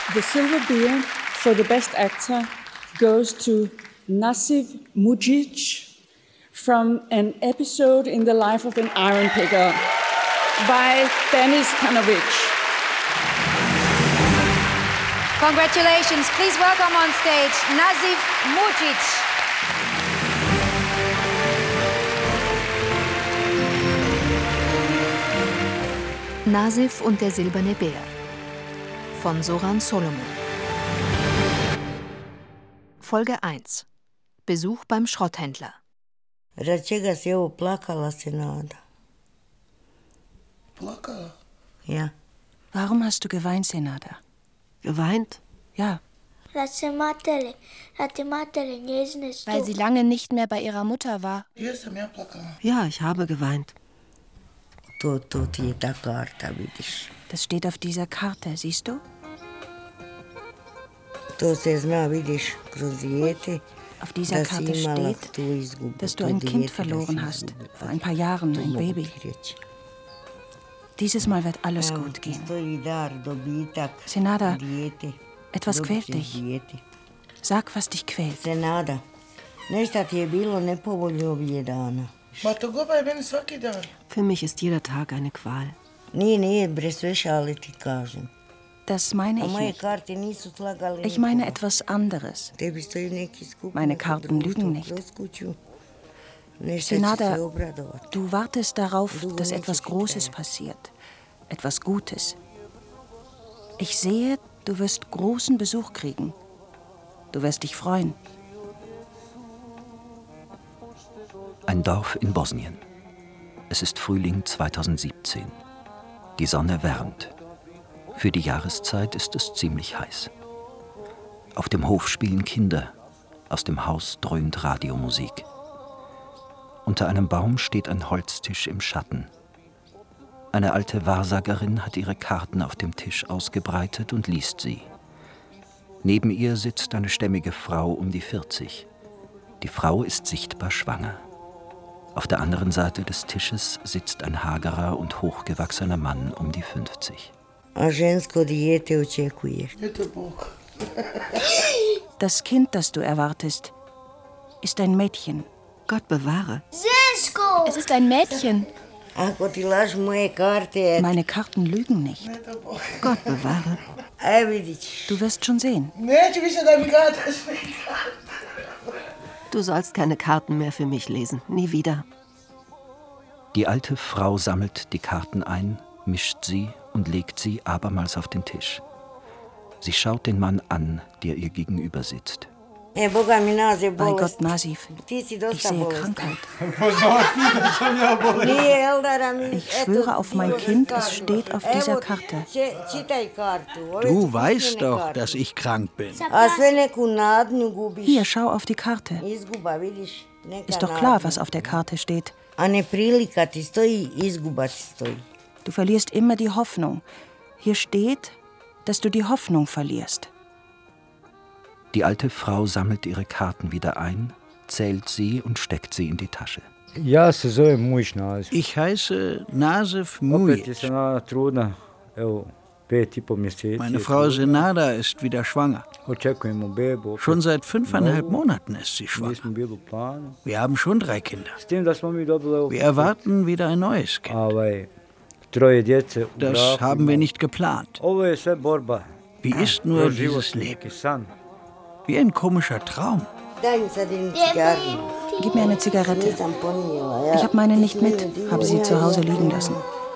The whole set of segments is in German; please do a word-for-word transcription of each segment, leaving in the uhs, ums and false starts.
The Silver Beer for the best actor goes to Nazif Mujic from an episode in the life of an iron picker by Denis Kanovic. Congratulations. Please welcome on stage Nazif Mujic. Nazif und der silberne Bär von Zoran Solomon. Folge eins. Besuch beim Schrotthändler. Račega si evo plakala se nada. Plakala? Ja. Warum hast du geweint, Senada? Geweint? Ja. Weil sie lange nicht mehr bei ihrer Mutter war. Ja, ich habe geweint. To, to ti je ta karta, vidiš. Das steht auf dieser Karte, siehst du? To se zna, vidiš, kroz dijete. Auf dieser Karte steht, dass du ein Kind verloren hast, vor ein paar Jahren, ein Baby. Dieses Mal wird alles gut gehen. Senada, etwas quält dich. Sag, was dich quält. Senada, nešto ti je bilo nepovoljno ovih dana. Für mich ist jeder Tag eine Qual. Nije, nije, bre, sve šale ti kažem. Das meine ich nicht. Ich meine etwas anderes. Meine Karten lügen nicht. Senada, du wartest darauf, dass etwas Großes passiert. Etwas Gutes. Ich sehe, du wirst großen Besuch kriegen. Du wirst dich freuen. Ein Dorf in Bosnien. Es ist Frühling zweitausendsiebzehn. Die Sonne wärmt. Für die Jahreszeit ist es ziemlich heiß. Auf dem Hof spielen Kinder. Aus dem Haus dröhnt Radiomusik. Unter einem Baum steht ein Holztisch im Schatten. Eine alte Wahrsagerin hat ihre Karten auf dem Tisch ausgebreitet und liest sie. Neben ihr sitzt eine stämmige Frau um die vierzig. Die Frau ist sichtbar schwanger. Auf der anderen Seite des Tisches sitzt ein hagerer und hochgewachsener Mann um die fünfzig. Das Kind, das du erwartest, ist ein Mädchen. Gott bewahre. Es ist ein Mädchen. Meine Karten lügen nicht. Gott bewahre. Du wirst schon sehen. Du sollst keine Karten mehr für mich lesen. Nie wieder. Die alte Frau sammelt die Karten ein, mischt sie und legt sie abermals auf den Tisch. Sie schaut den Mann an, der ihr gegenüber sitzt. Bei Gott, Nazif, ich sehe Krankheit. Ich schwöre auf mein Kind, es steht auf dieser Karte. Du weißt doch, dass ich krank bin. Hier, schau auf die Karte. Ist doch klar, was auf der Karte steht. Du verlierst immer die Hoffnung. Hier steht, dass du die Hoffnung verlierst. Die alte Frau sammelt ihre Karten wieder ein, zählt sie und steckt sie in die Tasche. Ich heiße Nazif Mujic. Meine Frau Senada ist wieder schwanger. Schon seit fünfeinhalb Monaten ist sie schwanger. Wir haben schon drei Kinder. Wir erwarten wieder ein neues Kind. Das haben wir nicht geplant. Wie ist nur dieses Leben? Wie ein komischer Traum. Gib mir eine Zigarette. Ich habe meine nicht mit, habe sie zu Hause liegen lassen.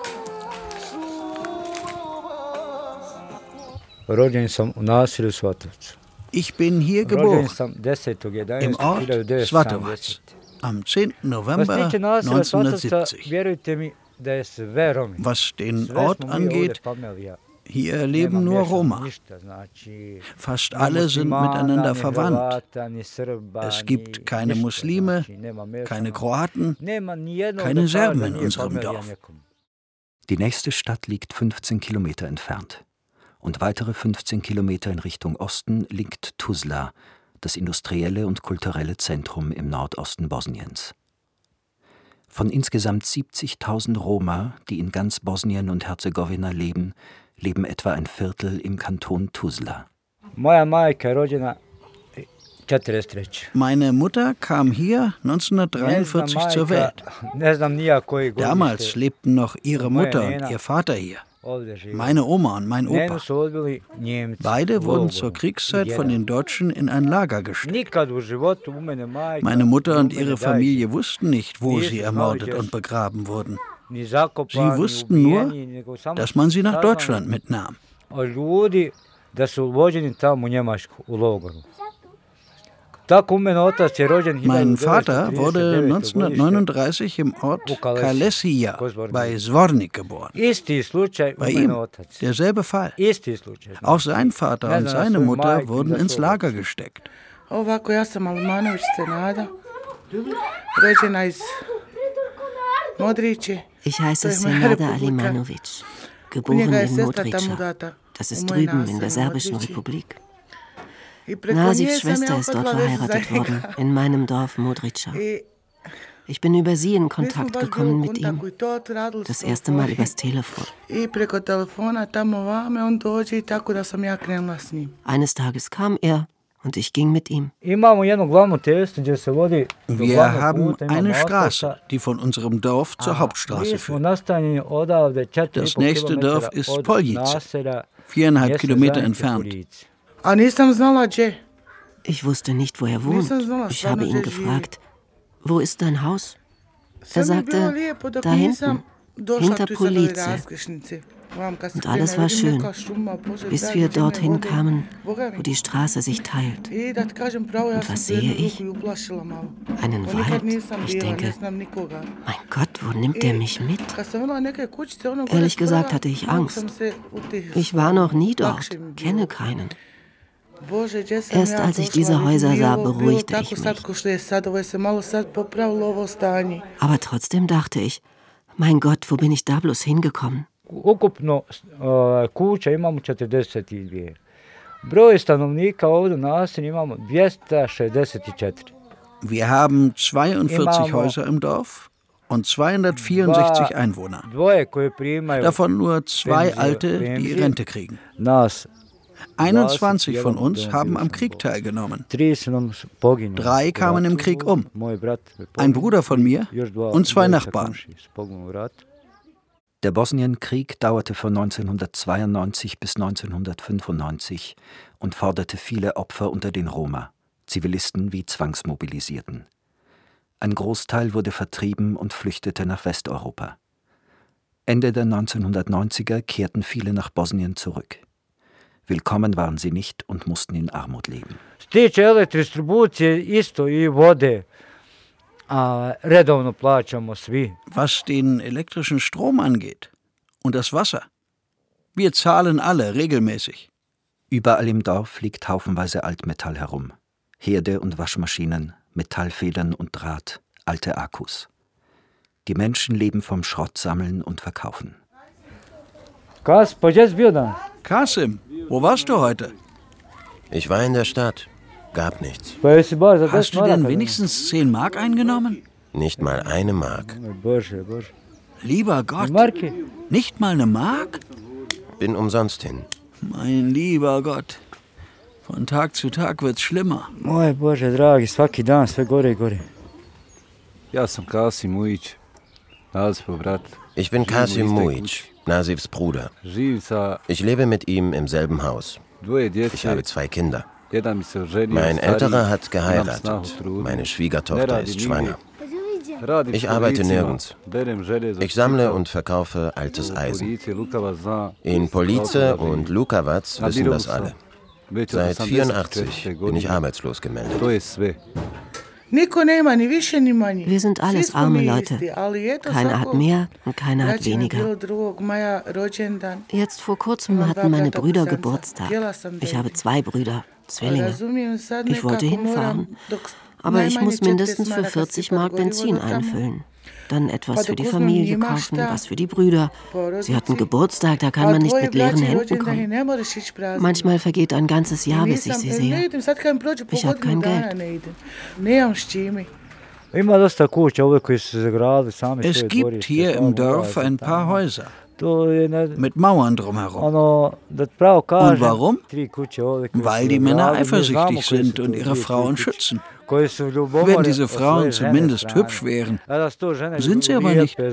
Ich bin hier geboren, im Ort Svatovac, am zehnten November neunzehnhundertsiebzig. Was den Ort angeht, hier leben nur Roma. Fast alle sind miteinander verwandt. Es gibt keine Muslime, keine Kroaten, keine Serben in unserem Dorf. Die nächste Stadt liegt fünfzehn Kilometer entfernt. Und weitere fünfzehn Kilometer in Richtung Osten liegt Tuzla, das industrielle und kulturelle Zentrum im Nordosten Bosniens. Von insgesamt siebzigtausend Roma, die in ganz Bosnien und Herzegowina leben, leben etwa ein Viertel im Kanton Tuzla. Meine Mutter kam hier neunzehnhundertdreiundvierzig zur Welt. Damals lebten noch ihre Mutter und ihr Vater hier. Meine Oma und mein Opa. Beide wurden zur Kriegszeit von den Deutschen in ein Lager gesteckt. Meine Mutter und ihre Familie wussten nicht, wo sie ermordet und begraben wurden. Sie wussten nur, dass man sie nach Deutschland mitnahm. Mein Vater wurde neunzehnhundertneununddreißig im Ort Kalesija bei Zvornik geboren. Bei ihm derselbe Fall. Auch sein Vater und seine Mutter wurden ins Lager gesteckt. Ich heiße Senada Alimanovic, geboren in Modrica. Das ist drüben in der Serbischen Republik. Nasivs Schwester ist dort verheiratet worden, in meinem Dorf Modrica. Ich bin über sie in Kontakt gekommen mit ihm. Das erste Mal übers Telefon. Eines Tages kam er und ich ging mit ihm. Wir haben eine Straße, die von unserem Dorf zur Hauptstraße führt. Das nächste Dorf ist Poljice, viereinhalb Kilometer entfernt. Ich wusste nicht, wo er wohnt. Ich habe ihn gefragt, wo ist dein Haus? Er sagte, da hinten, hinter Police. Und alles war schön, bis wir dorthin kamen, wo die Straße sich teilt. Und was sehe ich? Einen Wald. Ich denke, mein Gott, wo nimmt der mich mit? Ehrlich gesagt hatte ich Angst. Ich war noch nie dort, kenne keinen. Erst als ich diese Häuser sah, beruhigte ich mich. Aber trotzdem dachte ich, mein Gott, wo bin ich da bloß hingekommen? Wir haben zweiundvierzig Häuser im Dorf und zweihundertvierundsechzig Einwohner. Davon nur zwei Alte, die Rente kriegen. einundzwanzig von uns haben am Krieg teilgenommen. Drei kamen im Krieg um. Ein Bruder von mir und zwei Nachbarn. Der Bosnienkrieg dauerte von neunzehnhundertzweiundneunzig bis neunzehnhundertfünfundneunzig und forderte viele Opfer unter den Roma, Zivilisten wie Zwangsmobilisierten. Ein Großteil wurde vertrieben und flüchtete nach Westeuropa. Ende der neunzehnhundertneunziger kehrten viele nach Bosnien zurück. Willkommen waren sie nicht und mussten in Armut leben. Was den elektrischen Strom angeht und das Wasser, wir zahlen alle regelmäßig. Überall im Dorf liegt haufenweise Altmetall herum. Herde und Waschmaschinen, Metallfedern und Draht, alte Akkus. Die Menschen leben vom Schrott sammeln und verkaufen. Kasim, wo warst du heute? Ich war in der Stadt. Gab nichts. Hast du denn wenigstens zehn Mark eingenommen? Nicht mal eine Mark. Lieber Gott, nicht mal eine Mark? Bin umsonst hin. Mein lieber Gott, von Tag zu Tag wird's schlimmer. Moj Bože dragi, svaki dan sve gore i gore. Ja sam Kasim Mujić, Nasivov brat. Ich bin Kasim Mujić, Nasivs Bruder. Ich lebe mit ihm im selben Haus. Ich habe zwei Kinder. Mein Älterer hat geheiratet. Meine Schwiegertochter ist schwanger. Ich arbeite nirgends. Ich sammle und verkaufe altes Eisen. In Police und Lukavac wissen das alle. Seit vierundachtzig bin ich arbeitslos gemeldet. Wir sind alles arme Leute. Keiner hat mehr und keiner hat weniger. Jetzt vor kurzem hatten meine Brüder Geburtstag. Ich habe zwei Brüder, Zwillinge. Ich wollte hinfahren, aber ich muss mindestens für vierzig Mark Benzin einfüllen. Dann etwas für die Familie kaufen, was für die Brüder. Sie hatten Geburtstag, da kann man nicht mit leeren Händen kommen. Manchmal vergeht ein ganzes Jahr, bis ich sie sehe. Ich habe kein Geld. Es gibt hier im Dorf ein paar Häuser. Mit Mauern drumherum. Und warum? Weil die Männer eifersüchtig sind und ihre Frauen schützen. Wenn diese Frauen zumindest hübsch wären, sind sie aber nicht.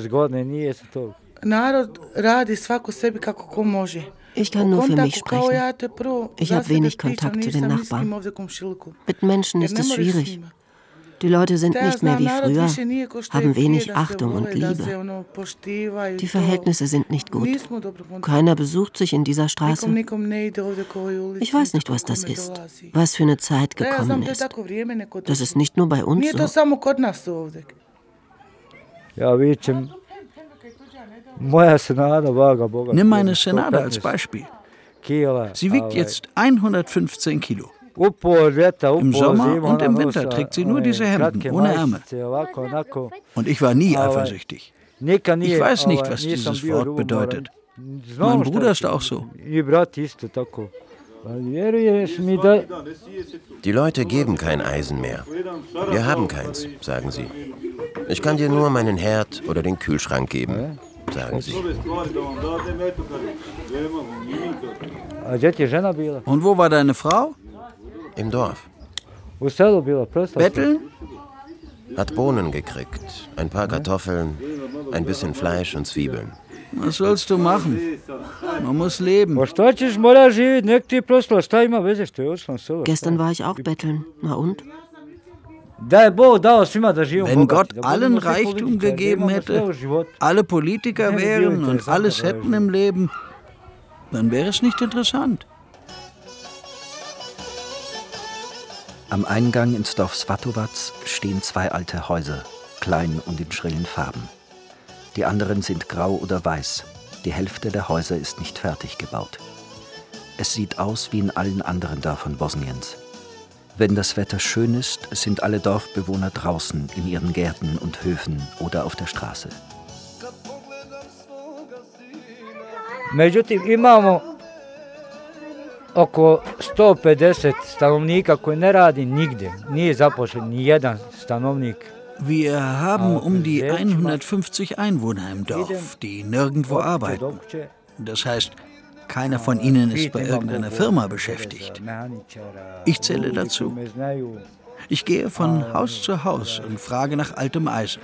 Ich kann nur für mich sprechen. Ich habe wenig Kontakt zu den Nachbarn. Mit Menschen ist es schwierig. Die Leute sind nicht mehr wie früher, haben wenig Achtung und Liebe. Die Verhältnisse sind nicht gut. Keiner besucht sich in dieser Straße. Ich weiß nicht, was das ist, was für eine Zeit gekommen ist. Das ist nicht nur bei uns so. Nimm meine Senada als Beispiel. Sie wiegt jetzt hundertfünfzehn Kilo. Im Sommer und im Winter trägt sie nur diese Hemden ohne Ärmel. Und ich war nie eifersüchtig. Ich weiß nicht, was dieses Wort bedeutet. Mein Bruder ist auch so. Die Leute geben kein Eisen mehr. Wir haben keins, sagen sie. Ich kann dir nur meinen Herd oder den Kühlschrank geben, sagen sie. Und wo war deine Frau? Im Dorf. Betteln? Hat Bohnen gekriegt, ein paar Kartoffeln, ein bisschen Fleisch und Zwiebeln. Was sollst du machen? Man muss leben. Gestern war ich auch betteln. Na und? Wenn Gott allen Reichtum gegeben hätte, alle Politiker wären und alles hätten im Leben, dann wäre es nicht interessant. Am Eingang ins Dorf Svatovac stehen zwei alte Häuser, klein und in schrillen Farben. Die anderen sind grau oder weiß. Die Hälfte der Häuser ist nicht fertig gebaut. Es sieht aus wie in allen anderen Dörfern Bosniens. Wenn das Wetter schön ist, sind alle Dorfbewohner draußen in ihren Gärten und Höfen oder auf der Straße. Međutim, imamo oko sto pedeset stanovnika koji ne radi nigdje. Nije zaposlen ni jedan stanovnik. Wir haben um die hundertfünfzig Einwohner im Dorf, die nirgendwo arbeiten. Das heißt, keiner von ihnen ist bei irgendeiner Firma beschäftigt. Ich zähle dazu. Ich gehe von Haus zu Haus und frage nach altem Eisen.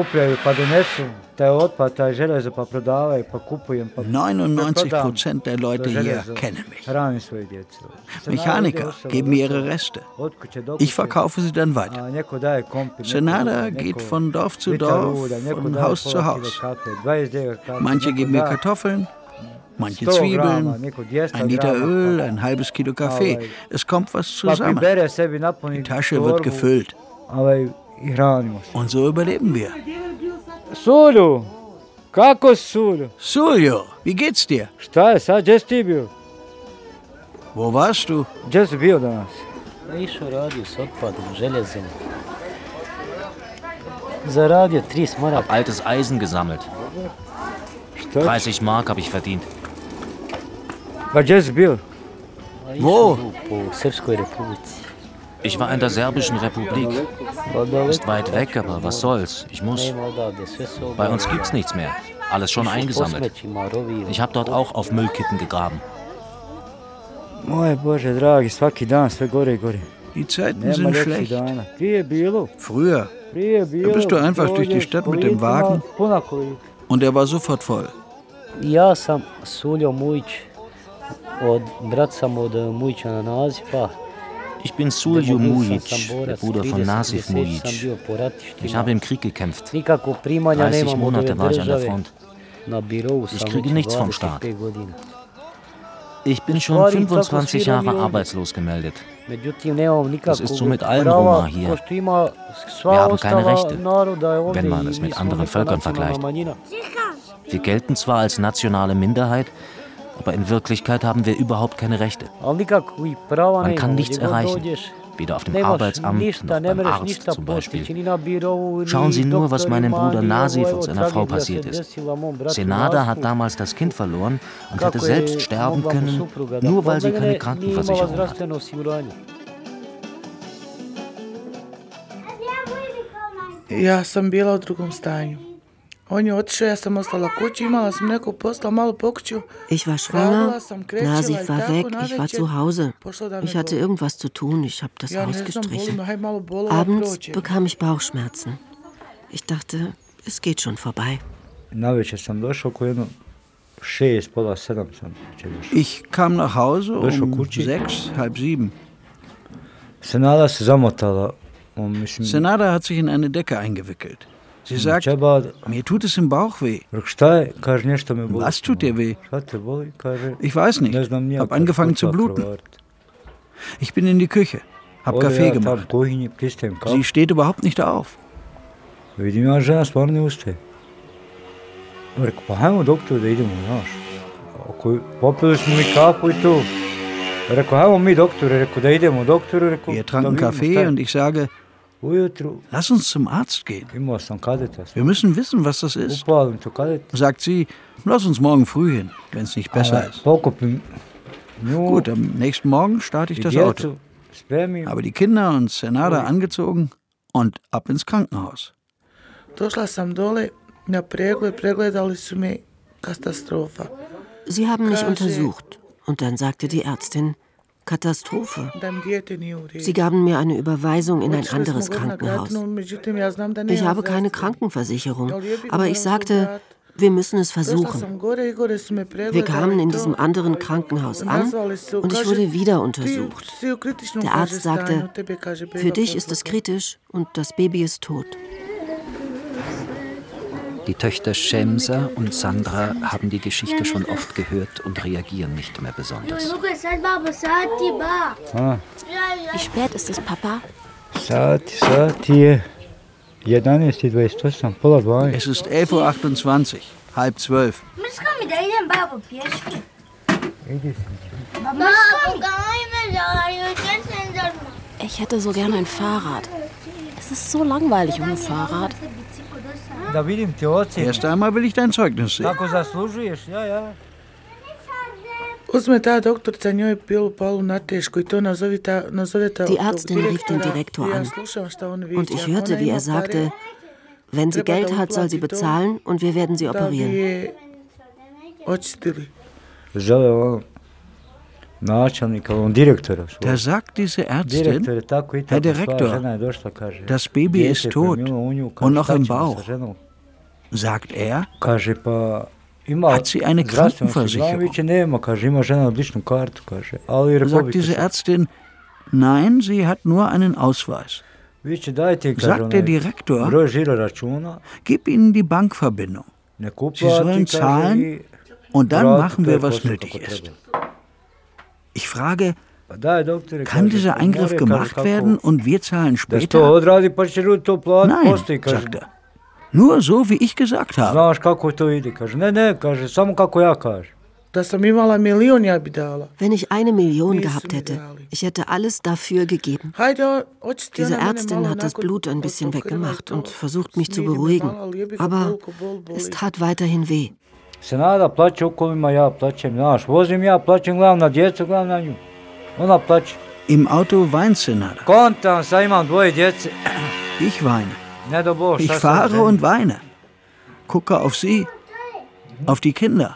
neunundneunzig Prozent der Leute hier kennen mich. Mechaniker geben mir ihre Reste. Ich verkaufe sie dann weiter. Senada geht von Dorf zu Dorf, von Haus zu Haus. Manche geben mir Kartoffeln, manche Zwiebeln, ein Liter Öl, ein halbes Kilo Kaffee. Es kommt was zusammen. Die Tasche wird gefüllt. Und so überleben wir. Sulju, kako Sulju? Sulju, wie geht's dir? Šta je sad, gdje si ti bio? Wo warst du? Gdje si bio danas? Išao radio s otpadom, željezom. Zaradio trideset maraka. Hab altes Eisen gesammelt. dreißig Mark habe ich verdient. Wo? Ich war in der Serbischen Republik. Ist weit weg, aber was soll's? Ich muss. Bei uns gibt's nichts mehr. Alles schon eingesammelt. Ich habe dort auch auf Müllkippen gegraben. Die Zeiten sind schlecht. Früher. Da bist du einfach durch die Stadt mit dem Wagen und er war sofort voll. Ja sam Suljo Mujić, od brat sam od Mujića Nasifa. Ich bin Suljo Mujić, der Bruder von Nasif Mujić. Ich habe im Krieg gekämpft. dreißig Monate war ich an der Front. Ich kriege nichts vom Staat. Ich bin schon fünfundzwanzig Jahre arbeitslos gemeldet. Das ist so mit allen Roma hier. Wir haben keine Rechte, wenn man es mit anderen Völkern vergleicht. Wir gelten zwar als nationale Minderheit, aber in Wirklichkeit haben wir überhaupt keine Rechte. Man kann nichts erreichen, weder auf dem Arbeitsamt noch beim Arzt zum Beispiel. Schauen Sie nur, was meinem Bruder Nasif und seiner Frau passiert ist. Senada hat damals das Kind verloren und hätte selbst sterben können, nur weil sie keine Krankenversicherung hat. Ja sam bila u drugom stanju. Ich war schwanger, Nasif war weg, ich war zu Hause. Ich hatte irgendwas zu tun, ich habe das Haus gestrichen. Abends bekam ich Bauchschmerzen. Ich dachte, es geht schon vorbei. Ich kam nach Hause um sechs, halb sieben. Senada hat sich in eine Decke eingewickelt. Sie sagt, mir tut es im Bauch weh. Was tut dir weh? Ich weiß nicht. Hab angefangen zu bluten. Ich bin in die Küche, hab Kaffee gemacht. Sie steht überhaupt nicht auf. Wir tranken Kaffee und ich sage, lass uns zum Arzt gehen. Wir müssen wissen, was das ist. Sagt sie, lass uns morgen früh hin, wenn es nicht besser ist. Gut, am nächsten Morgen starte ich das Auto. Habe die Kinder und Senada angezogen und ab ins Krankenhaus. Sie haben mich untersucht und dann sagte die Ärztin, Katastrophe. Sie gaben mir eine Überweisung in ein anderes Krankenhaus. Ich habe keine Krankenversicherung, aber ich sagte, wir müssen es versuchen. Wir kamen in diesem anderen Krankenhaus an und ich wurde wieder untersucht. Der Arzt sagte, für dich ist es kritisch und das Baby ist tot. Die Töchter Shemsa und Sandra haben die Geschichte schon oft gehört und reagieren nicht mehr besonders. Ah. Wie spät ist es, Papa? Es ist elf Uhr achtundzwanzig, halb zwölf. Ich hätte so gerne ein Fahrrad. Es ist so langweilig ohne Fahrrad. Erst einmal will ich dein Zeugnis sehen. Die Ärztin rief den Direktor an und ich hörte, wie er sagte, wenn sie Geld hat, soll sie bezahlen und wir werden sie operieren. Da sagt diese Ärztin, Herr Direktor, das Baby ist tot und noch im Bauch. Sagt er, hat sie eine Krankenversicherung? Sagt diese Ärztin, nein, sie hat nur einen Ausweis. Sagt der Direktor, gib ihnen die Bankverbindung. Sie sollen zahlen und dann machen wir, was nötig ist. Ich frage, kann dieser Eingriff gemacht werden und wir zahlen später? Nein, sagt er. Nur so, wie ich gesagt habe. Wenn ich eine Million gehabt hätte, ich hätte alles dafür gegeben. Diese Ärztin hat das Blut ein bisschen weggemacht und versucht, mich zu beruhigen. Aber es tat weiterhin weh. Senada plače okolima, ja plačem, znaš, vozim ja, plačem glavna djeca, glavna nju. Ona plače. Im Auto weint Senada. Kontam, sad imam dvoje djece. Ich weine. Ich fahre und weine. Gucke auf sie, auf die Kinder.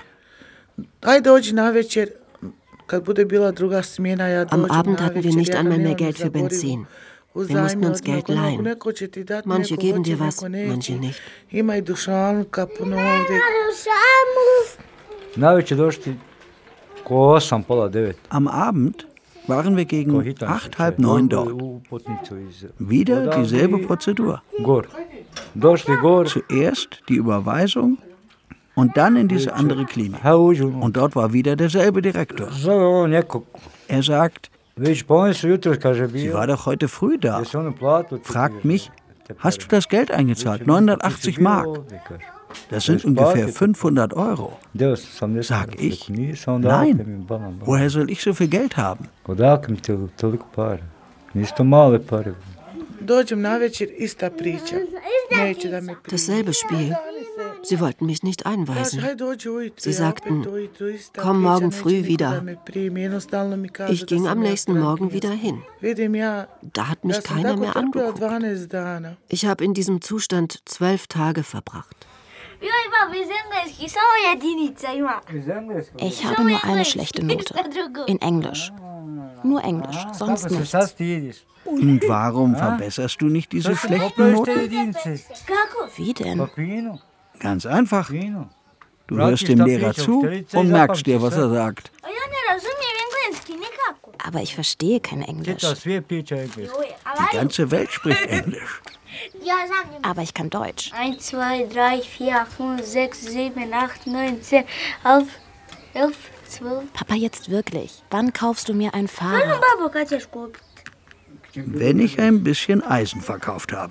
Am Abend hatten wir nicht einmal mehr Geld für Benzin. Wir mussten uns Geld leihen. Manche geben dir was, manche nicht. Am Abend waren wir gegen acht, halb neun dort. Wieder dieselbe Prozedur. Zuerst die Überweisung und dann in diese andere Klinik. Und dort war wieder derselbe Direktor. Er sagt, sie war doch heute früh da. Fragt mich, hast du das Geld eingezahlt? neunhundertachtzig Mark. Das sind ungefähr fünfhundert Euro. Sag ich, nein, woher soll ich so viel Geld haben? Dasselbe Spiel. Sie wollten mich nicht einweisen. Sie sagten, komm morgen früh wieder. Ich ging am nächsten Morgen wieder hin. Da hat mich keiner mehr angeguckt. Ich habe in diesem Zustand zwölf Tage verbracht. Ich habe nur eine schlechte Note. In Englisch. Nur Englisch, sonst nichts. Und warum verbesserst du nicht diese schlechten Noten? Wie denn? Ganz einfach. Du hörst dem Lehrer zu und merkst dir, was er sagt. Aber ich verstehe kein Englisch. Die ganze Welt spricht Englisch. Aber ich kann Deutsch. eins, zwei, drei, vier, fünf, sechs, sieben, acht, neun, zehn, elf, elf, zwölf. Papa, jetzt wirklich. Wann kaufst du mir ein Fahrrad? Wenn ich ein bisschen Eisen verkauft habe.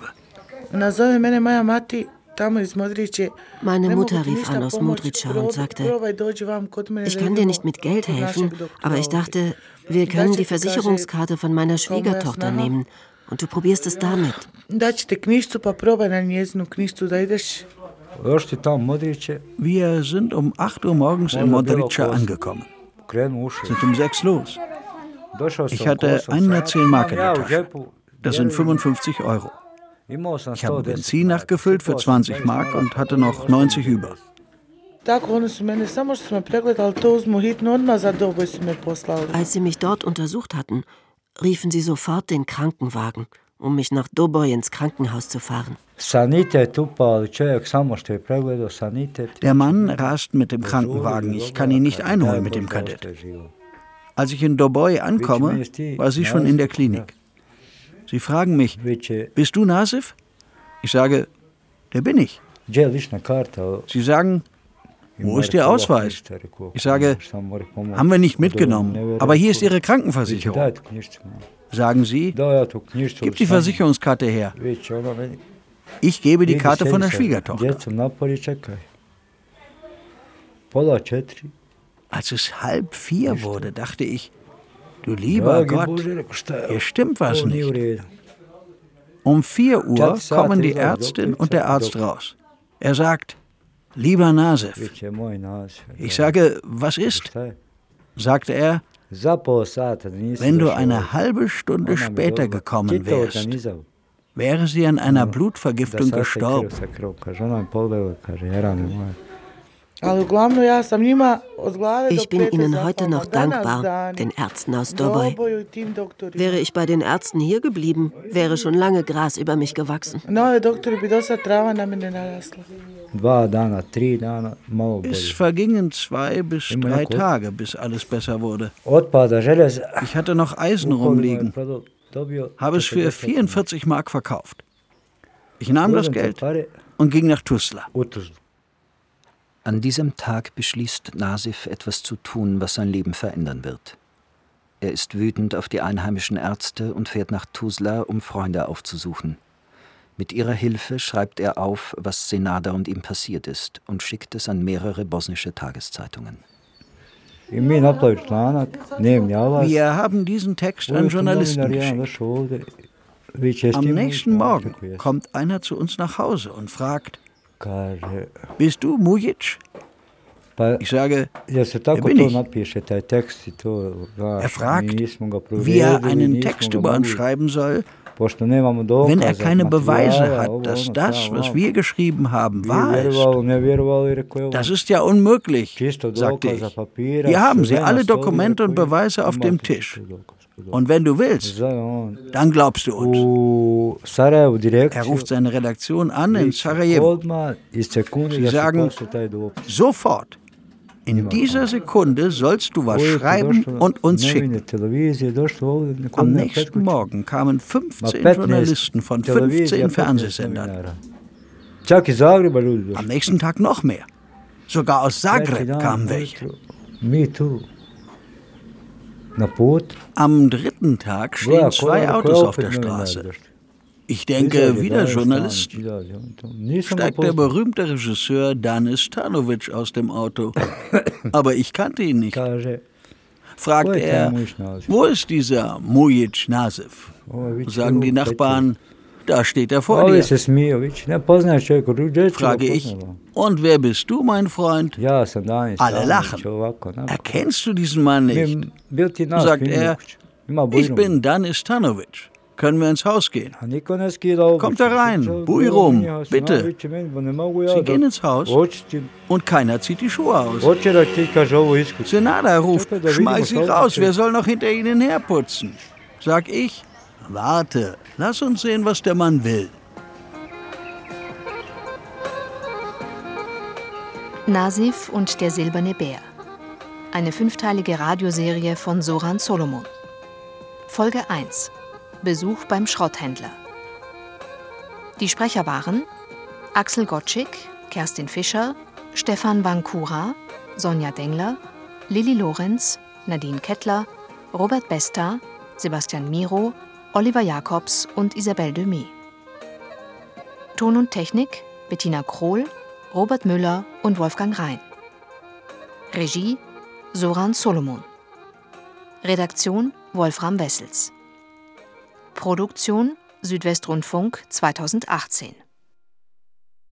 Meine Mutter rief an aus Modrica und sagte, ich kann dir nicht mit Geld helfen, aber ich dachte, wir können die Versicherungskarte von meiner Schwiegertochter nehmen und du probierst es damit. Wir sind um acht Uhr morgens in Modrica angekommen. Sind um sechs los. Ich hatte hundertzehn Mark in der Tasche. Das sind fünfundfünfzig Euro. Ich habe Benzin nachgefüllt für zwanzig Mark und hatte noch neunzig über. Als sie mich dort untersucht hatten, riefen sie sofort den Krankenwagen, um mich nach Doboj ins Krankenhaus zu fahren. Der Mann rast mit dem Krankenwagen. Ich kann ihn nicht einholen mit dem Kadett. Als ich in Doboj ankomme, war sie schon in der Klinik. Sie fragen mich, bist du Nasif? Ich sage, der bin ich. Sie sagen, wo ist Ihr Ausweis? Ich sage, haben wir nicht mitgenommen, aber hier ist Ihre Krankenversicherung. Sagen Sie, gib die Versicherungskarte her. Ich gebe die Karte von der Schwiegertochter. Als es halb vier wurde, dachte ich, du lieber Gott, hier stimmt was nicht. Um vier Uhr kommen die Ärztin und der Arzt raus. Er sagt, lieber Nasif. Ich sage, was ist? Sagte er, wenn du eine halbe Stunde später gekommen wärst, wäre sie an einer Blutvergiftung gestorben. Ich bin ihnen heute noch dankbar, den Ärzten aus Doboj. Wäre ich bei den Ärzten hier geblieben, wäre schon lange Gras über mich gewachsen. Es vergingen zwei bis drei Tage, bis alles besser wurde. Ich hatte noch Eisen rumliegen, habe es für vierundvierzig Mark verkauft. Ich nahm das Geld und ging nach Tuzla. An diesem Tag beschließt Nasif, etwas zu tun, was sein Leben verändern wird. Er ist wütend auf die einheimischen Ärzte und fährt nach Tuzla, um Freunde aufzusuchen. Mit ihrer Hilfe schreibt er auf, was Senada und ihm passiert ist, und schickt es an mehrere bosnische Tageszeitungen. Wir haben diesen Text an Journalisten geschickt. Am nächsten Morgen kommt einer zu uns nach Hause und fragt, bist du Mujic? Ich sage, wer bin ich? Er fragt, wie er einen Text über uns schreiben soll, wenn er keine Beweise hat, dass das, was wir geschrieben haben, wahr ist. Das ist ja unmöglich, sagte ich. Hier haben Sie alle Dokumente und Beweise auf dem Tisch. Und wenn du willst, dann glaubst du uns. Er ruft seine Redaktion an in Sarajevo. Sie sagen, sofort, in dieser Sekunde sollst du was schreiben und uns schicken. Am nächsten Morgen kamen fünfzehn Journalisten von fünfzehn Fernsehsendern. Am nächsten Tag noch mehr. Sogar aus Zagreb kamen welche. Am dritten Tag stehen zwei Autos auf der Straße. Ich denke, wieder Journalisten. Steigt der berühmte Regisseur Danis Tanovic aus dem Auto. Aber ich kannte ihn nicht. Fragt er, wo ist dieser Mujic Nasif? Sagen die Nachbarn, da steht er vor dir. Frage ich, und wer bist du, mein Freund? Alle lachen. Erkennst du diesen Mann nicht? Sagt er, ich bin Danis Tanovic. Können wir ins Haus gehen? Kommt da rein, Buirum, bitte. Sie gehen ins Haus und keiner zieht die Schuhe aus. Senada ruft, schmeiß sie raus, wer soll noch hinter ihnen herputzen? Sag ich, warte, lass uns sehen, was der Mann will. Nasif und der silberne Bär. Eine fünfteilige Radioserie von Zoran Solomon. Folge eins. Besuch beim Schrotthändler. Die Sprecher waren Axel Gottschig, Kerstin Fischer, Stefan Vankura, Sonja Dengler, Lilli Lorenz, Nadine Kettler, Robert Besta, Sebastian Miro, Oliver Jacobs und Isabelle Demey. Ton und Technik Bettina Krohl, Robert Müller und Wolfgang Rhein. Regie Zoran Solomon. Redaktion Wolfram Wessels. Produktion Südwestrundfunk zweitausendachtzehn.